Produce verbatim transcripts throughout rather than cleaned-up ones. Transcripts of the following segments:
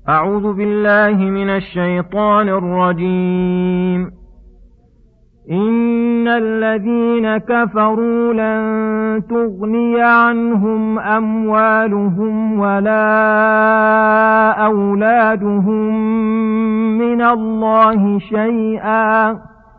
أعوذ بالله من الشيطان الرجيم. إن الذين كفروا لن تغني عنهم أموالهم ولا أولادهم من الله شيئا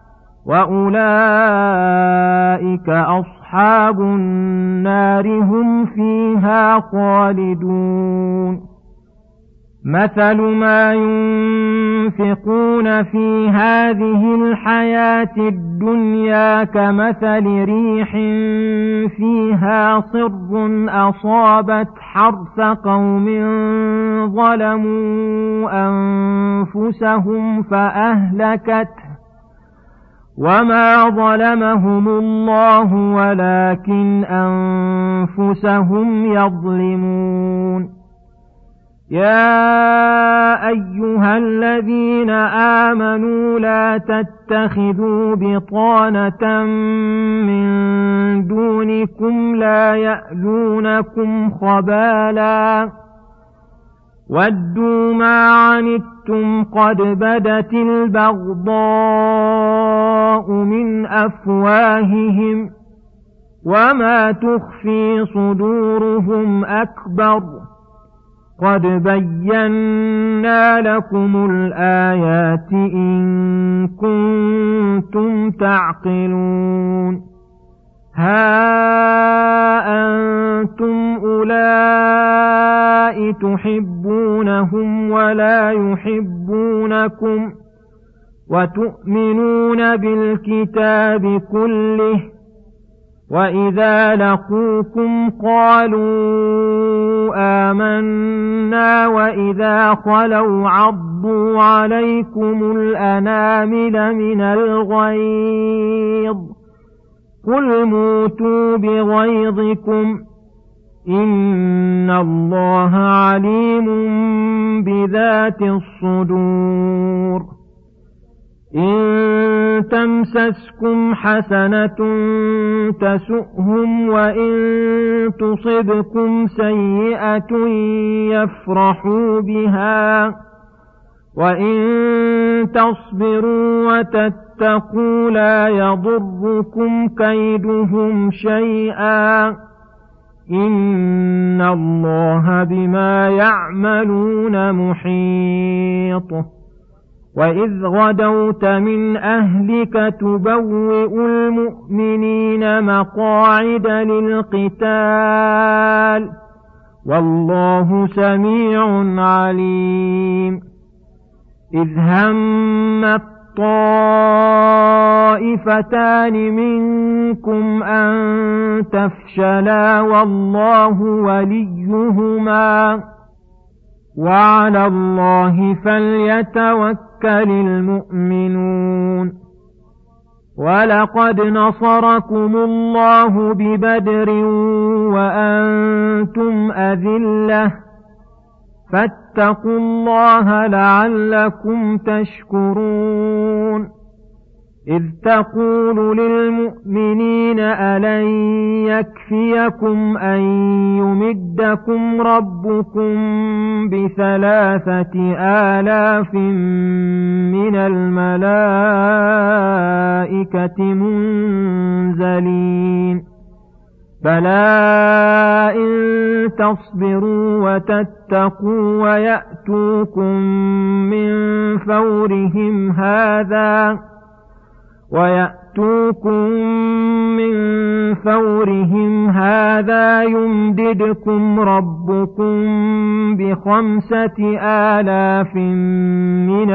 وأولئك أصحاب النار هم فيها خالدون. مثل ما ينفقون في هذه الحياة الدنيا كمثل ريح فيها صر أصابت حرث قوم ظلموا أنفسهم فأهلكته وما ظلمهم الله ولكن أنفسهم يظلمون. يا أيها الذين آمنوا لا تتخذوا بطانة من دونكم لا يألونكم خبالا ودوا ما عنتم قد بدت البغضاء من أفواههم وما تخفي صدورهم أكبر قد بينا لكم الآيات إن كنتم تعقلون. ها أنتم أولئك تحبونهم ولا يحبونكم وتؤمنون بالكتاب كله وإذا لقوكم قالوا آمنا وإذا خلوا عضوا عليكم الأنامل من الغيظ قل موتوا بغيظكم إن الله عليم بذات الصدور. إن تمسسكم حسنة تسؤهم وإن تصبكم سيئة يفرحوا بها وإن تصبروا وتتقوا لا يضركم كيدهم شيئا إن الله بما يعملون محيط. وإذ غدوت من أهلك تبوئ المؤمنين مقاعد للقتال والله سميع عليم. إذ هم الطائفتان منكم أن تفشلا والله وليهما وعلى الله فليتوكل المؤمنون. ولقد نصركم الله ببدر وأنتم أذلة فاتقوا الله لعلكم تشكرون. إذ تقول للمؤمنين ألن يكفيكم أن يمدكم ربكم بثلاثة آلاف من الملائكة منزلين بلى إن تصبروا وتتقوا ويأتوكم من فورهم هذا ويأتوكم من فورهم هذا يمددكم ربكم بخمسة آلاف من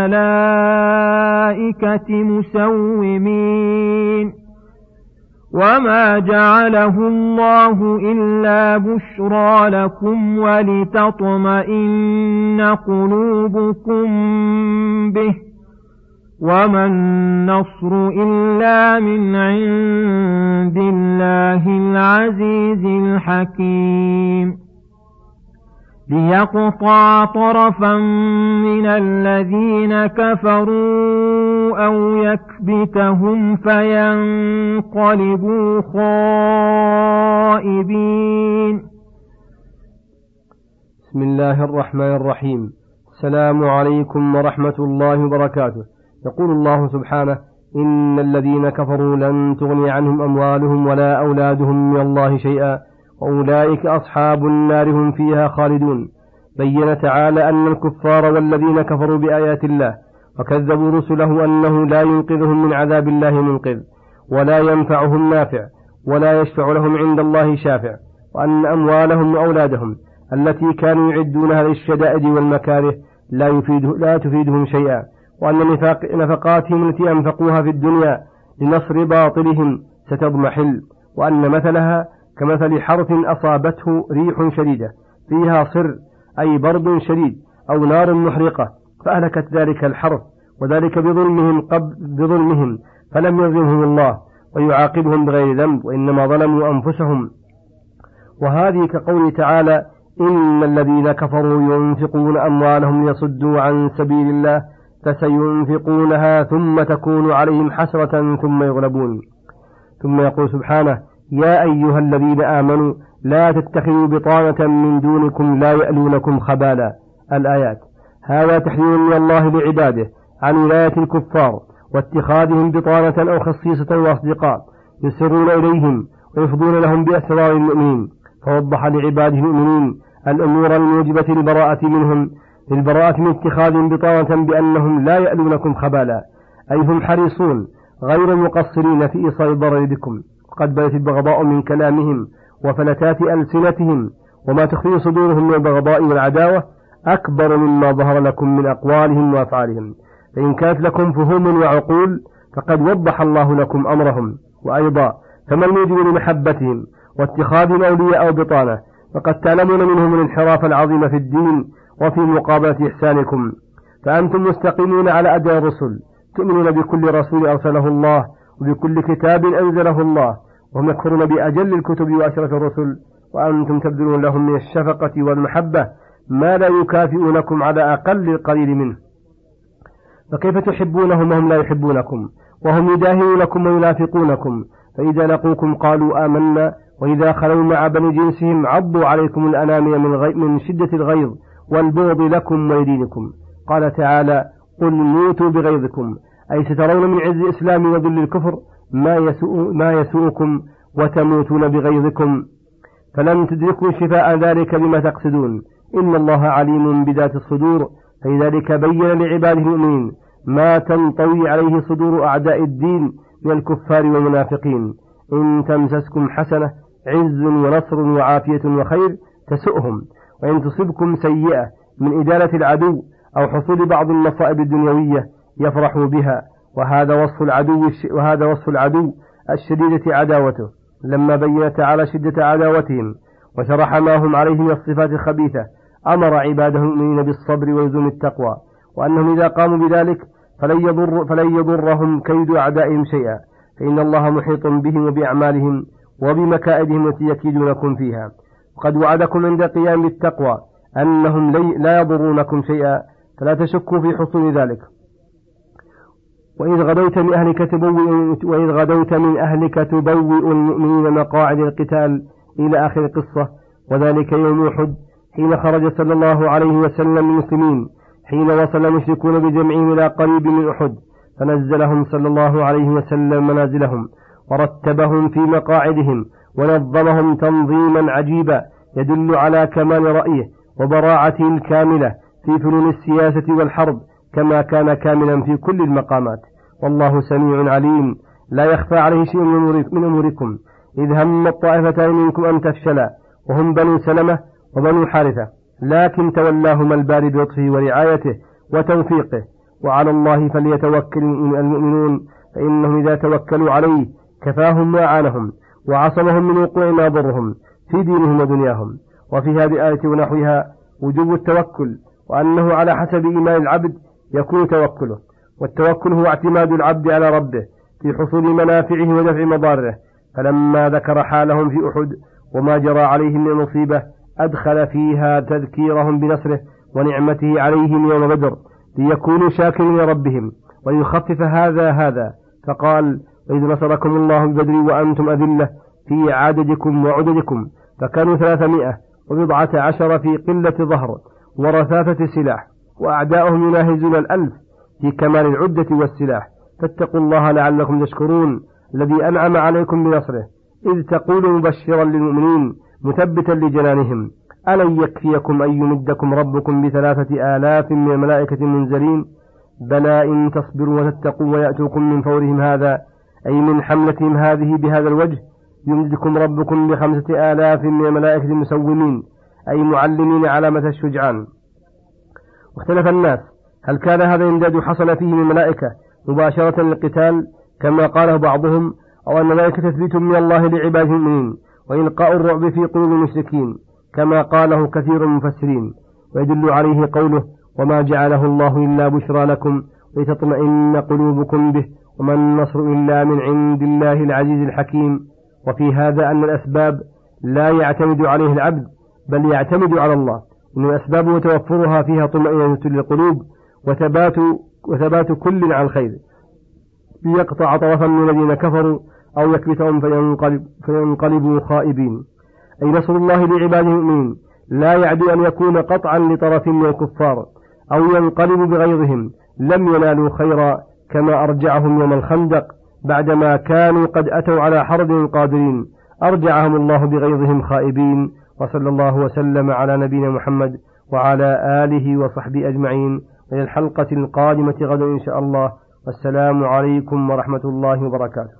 الملائكة مسومين وما جعله الله إلا بشرى لكم ولتطمئن قلوبكم به وما النصر إلا من عند الله العزيز الحكيم. ليقطع طرفا من الذين كفروا أو يكبتهم فينقلبوا خائبين. بسم الله الرحمن الرحيم. السلام عليكم ورحمة الله وبركاته. يقول الله سبحانه: إن الذين كفروا لن تغني عنهم أموالهم ولا أولادهم من الله شيئا وأولئك أصحاب النار هم فيها خالدون. بين تعالى أن الكفار والذين كفروا بآيات الله وكذبوا رسله أنه لا ينقذهم من عذاب الله منقذ ولا ينفعهم نافع ولا يشفع لهم عند الله شافع، وأن أموالهم وأولادهم التي كانوا يعدونها للشدائد والمكاره لا, يفيده لا تفيدهم شيئا، وأن نفقاتهم التي أنفقوها في الدنيا لنصر باطلهم ستضمحل، وأن مثلها كمثل حرث أصابته ريح شديدة فيها صر أي برد شديد أو نار محرقة فأهلكت ذلك الحرث، وذلك بظلمهم, قبل بظلمهم فلم يظلمهم الله ويعاقبهم بغير ذنب وإنما ظلموا أنفسهم. وهذه كقول تعالى: إن الذين كفروا ينفقون أموالهم ليصدوا عن سبيل الله فسينفقونها ثم تكون عليهم حسرة ثم يغلبون. ثم يقول سبحانه: يا أيها الذين آمنوا لا تتخذوا بطانة من دونكم لا يألونكم خبالا. الآيات. هذا تحذير من الله لعباده عن ولاية الكفار واتخاذهم بطانة أو خصيصة وأصدقاء يسرون إليهم ويفضون لهم بأسرار المؤمنين، فوضح لعباده المؤمنين الأمور الموجبة للبراءة منهم للبراءة من اتخاذهم بطانة بأنهم لا يألونكم خبالا، أي هم حريصون غير مقصرين في إيصال الضرر بكم، وقد بدت البغضاء من كلامهم وفلتات ألسنتهم وما تخفي صدورهم من البغضاء والعداوة أكبر مما ظهر لكم من أقوالهم وأفعالهم، فإن كانت لكم فهوم وعقول فقد وضح الله لكم أمرهم. وأيضا فما الموجب لمحبتهم واتخاذهم أولياء أو بطانة، فقد تعلمون منهم الانحراف العظيم في الدين وفي مقابلة إحسانكم، فأنتم مستقيمون على أداء الرسل، تؤمنون بكل رسول أرسله الله وبكل كتاب أنزله الله، وهم يكفرون بأجل الكتب وأشرف الرسل، وأنتم تبذلون لهم من الشفقة والمحبة ما لا يكافئونكم على أقل القليل منه، فكيف تحبونهم وهم لا يحبونكم وهم يداهنونكم وينافقونكم؟ فإذا لقوكم قالوا آمنا وإذا خلوا مع بني جنسهم عضوا عليكم الأنامل من, غي... من شدة الغيظ والبغض لكم ولدينكم. قال تعالى: قل موتوا بغيظكم، أي سترون من عز الإسلام وذل الكفر ما, يسوء... ما يسوءكم وتموتون بغيظكم، فلن تدركوا شفاء ذلك بما تقصدون، إن الله عليم بذات الصدور. فلذلك بين لعباده المؤمنين ما تنطوي عليه صدور أعداء الدين من الكفار والمنافقين. إن تمسسكم حسنة عز ونصر وعافية وخير تسؤهم، وإن تصبكم سيئة من إدارة العدو أو حصول بعض المصائب الدنيوية يفرحوا بها. وهذا وصف العدو وهذا وصف العدو الشديدة عداوته، لما بين تعالى شدة عداوتهم وشرح ما هم عليه من الصفات الخبيثة أمر عباده المؤمنين بالصبر ولزوم التقوى، وأنهم إذا قاموا بذلك فلن, يضر فلن يضرهم كيد أعدائهم شيئا، فإن الله محيط بهم وبأعمالهم وبمكائدهم التي يكيدونكم فيها. وقد وعدكم عند قيام بالتقوى أنهم لا يضرونكم شيئا، فلا تشكوا في حصول ذلك. وإذ غدوت من أهلك تبوئ وإذ غدوت من أهلك تبوئ المؤمنين مقاعد القتال إلى آخر القصة. وذلك يوم أحد حين خرج صلى الله عليه وسلم المسلمين، حين وصل المشركون بجمعهم إلى قريب من أحد، فنزلهم صلى الله عليه وسلم منازلهم ورتبهم في مقاعدهم ونظمهم تنظيما عجيبا يدل على كمال رأيه وبراعته الكاملة في فنون السياسة والحرب، كما كان كاملا في كل المقامات. والله سميع عليم، لا يخفى عليه شيء من أموركم. إذ هم الطائفتان منكم أن تفشلا، وهم بنو سلمة وبنو حارثة، لكن تولاهما الباري بلطفه ورعايته وتوفيقه، وعلى الله فليتوكل المؤمنون، فإنهم إذا توكلوا عليه كفاهم وأعانهم وعصمهم من وقوع ما ضرهم في دينهم ودنياهم. وفي هذه الآية ونحوها وجوب التوكل، وأنه على حسب إيمان العبد يكون توكله، والتوكل هو اعتماد العبد على ربه في حصول منافعه ودفع مضاره. فلما ذكر حالهم في أحد وما جرى عليهم من مصيبة أدخل فيها تذكيرهم بنصره ونعمته عليهم يوم بدر، ليكونوا شاكرين لربهم ويخفف هذا هذا. فقال: وإذ نصركم الله ببدر وأنتم أذلة في عددكم وعددكم، فكانوا ثلاثمائة وبضعة عشر في قلة ظهر ورثاثة سلاح، وأعداؤهم يناهزون الألف في كمال العدة والسلاح. فاتقوا الله لعلكم تشكرون الذي أنعم عليكم بنصره، إذ تقول مبشرا للمؤمنين مثبتا لجنانهم: ألن يكفيكم أن يمدكم ربكم بثلاثة آلاف من الملائكة منزلين؟ بلى إن تصبروا وتتقوا ويأتوكم من فورهم هذا، أي من حملتهم هذه بهذا الوجه، يمدكم ربكم بخمسة آلاف من الملائكة مسومين، أي معلمين علامة الشجعان. واختلف الناس هل كان هذا الإمداد حصل فيه من الملائكة مباشرة للقتال كما قاله بعضهم، أو أن ذلك تثبيت من الله لعباده المؤمنين وإلقاء الرعب في قلوب المشركين كما قاله كثير من المفسرين. ويدل عليه قوله: وما جعله الله إلا بشرى لكم لتطمئن قلوبكم به وما النصر إلا من عند الله العزيز الحكيم. وفي هذا أن الأسباب لا يعتمد عليه العبد بل يعتمد على الله، إن الأسباب وتوفرها فيها طمأنينة للقلوب وثبات, وثبات كل على الخير، ليقطع طرفا من الذين كفروا أو يكبتهم فينقلب فينقلبوا خائبين. أي نصر الله لعباده المؤمنين لا يعدو أن يكون قطعا لطرف من الكفار أو ينقلب بغيظهم لم ينالوا خيرا، كما أرجعهم يوم الخندق بعدما كانوا قد أتوا على حرب قادرين، أرجعهم الله بغيظهم خائبين. وصلى الله وسلم على نبينا محمد وعلى آله وصحبه أجمعين، إلى الحلقة القادمة غدا إن شاء الله، والسلام عليكم ورحمة الله وبركاته.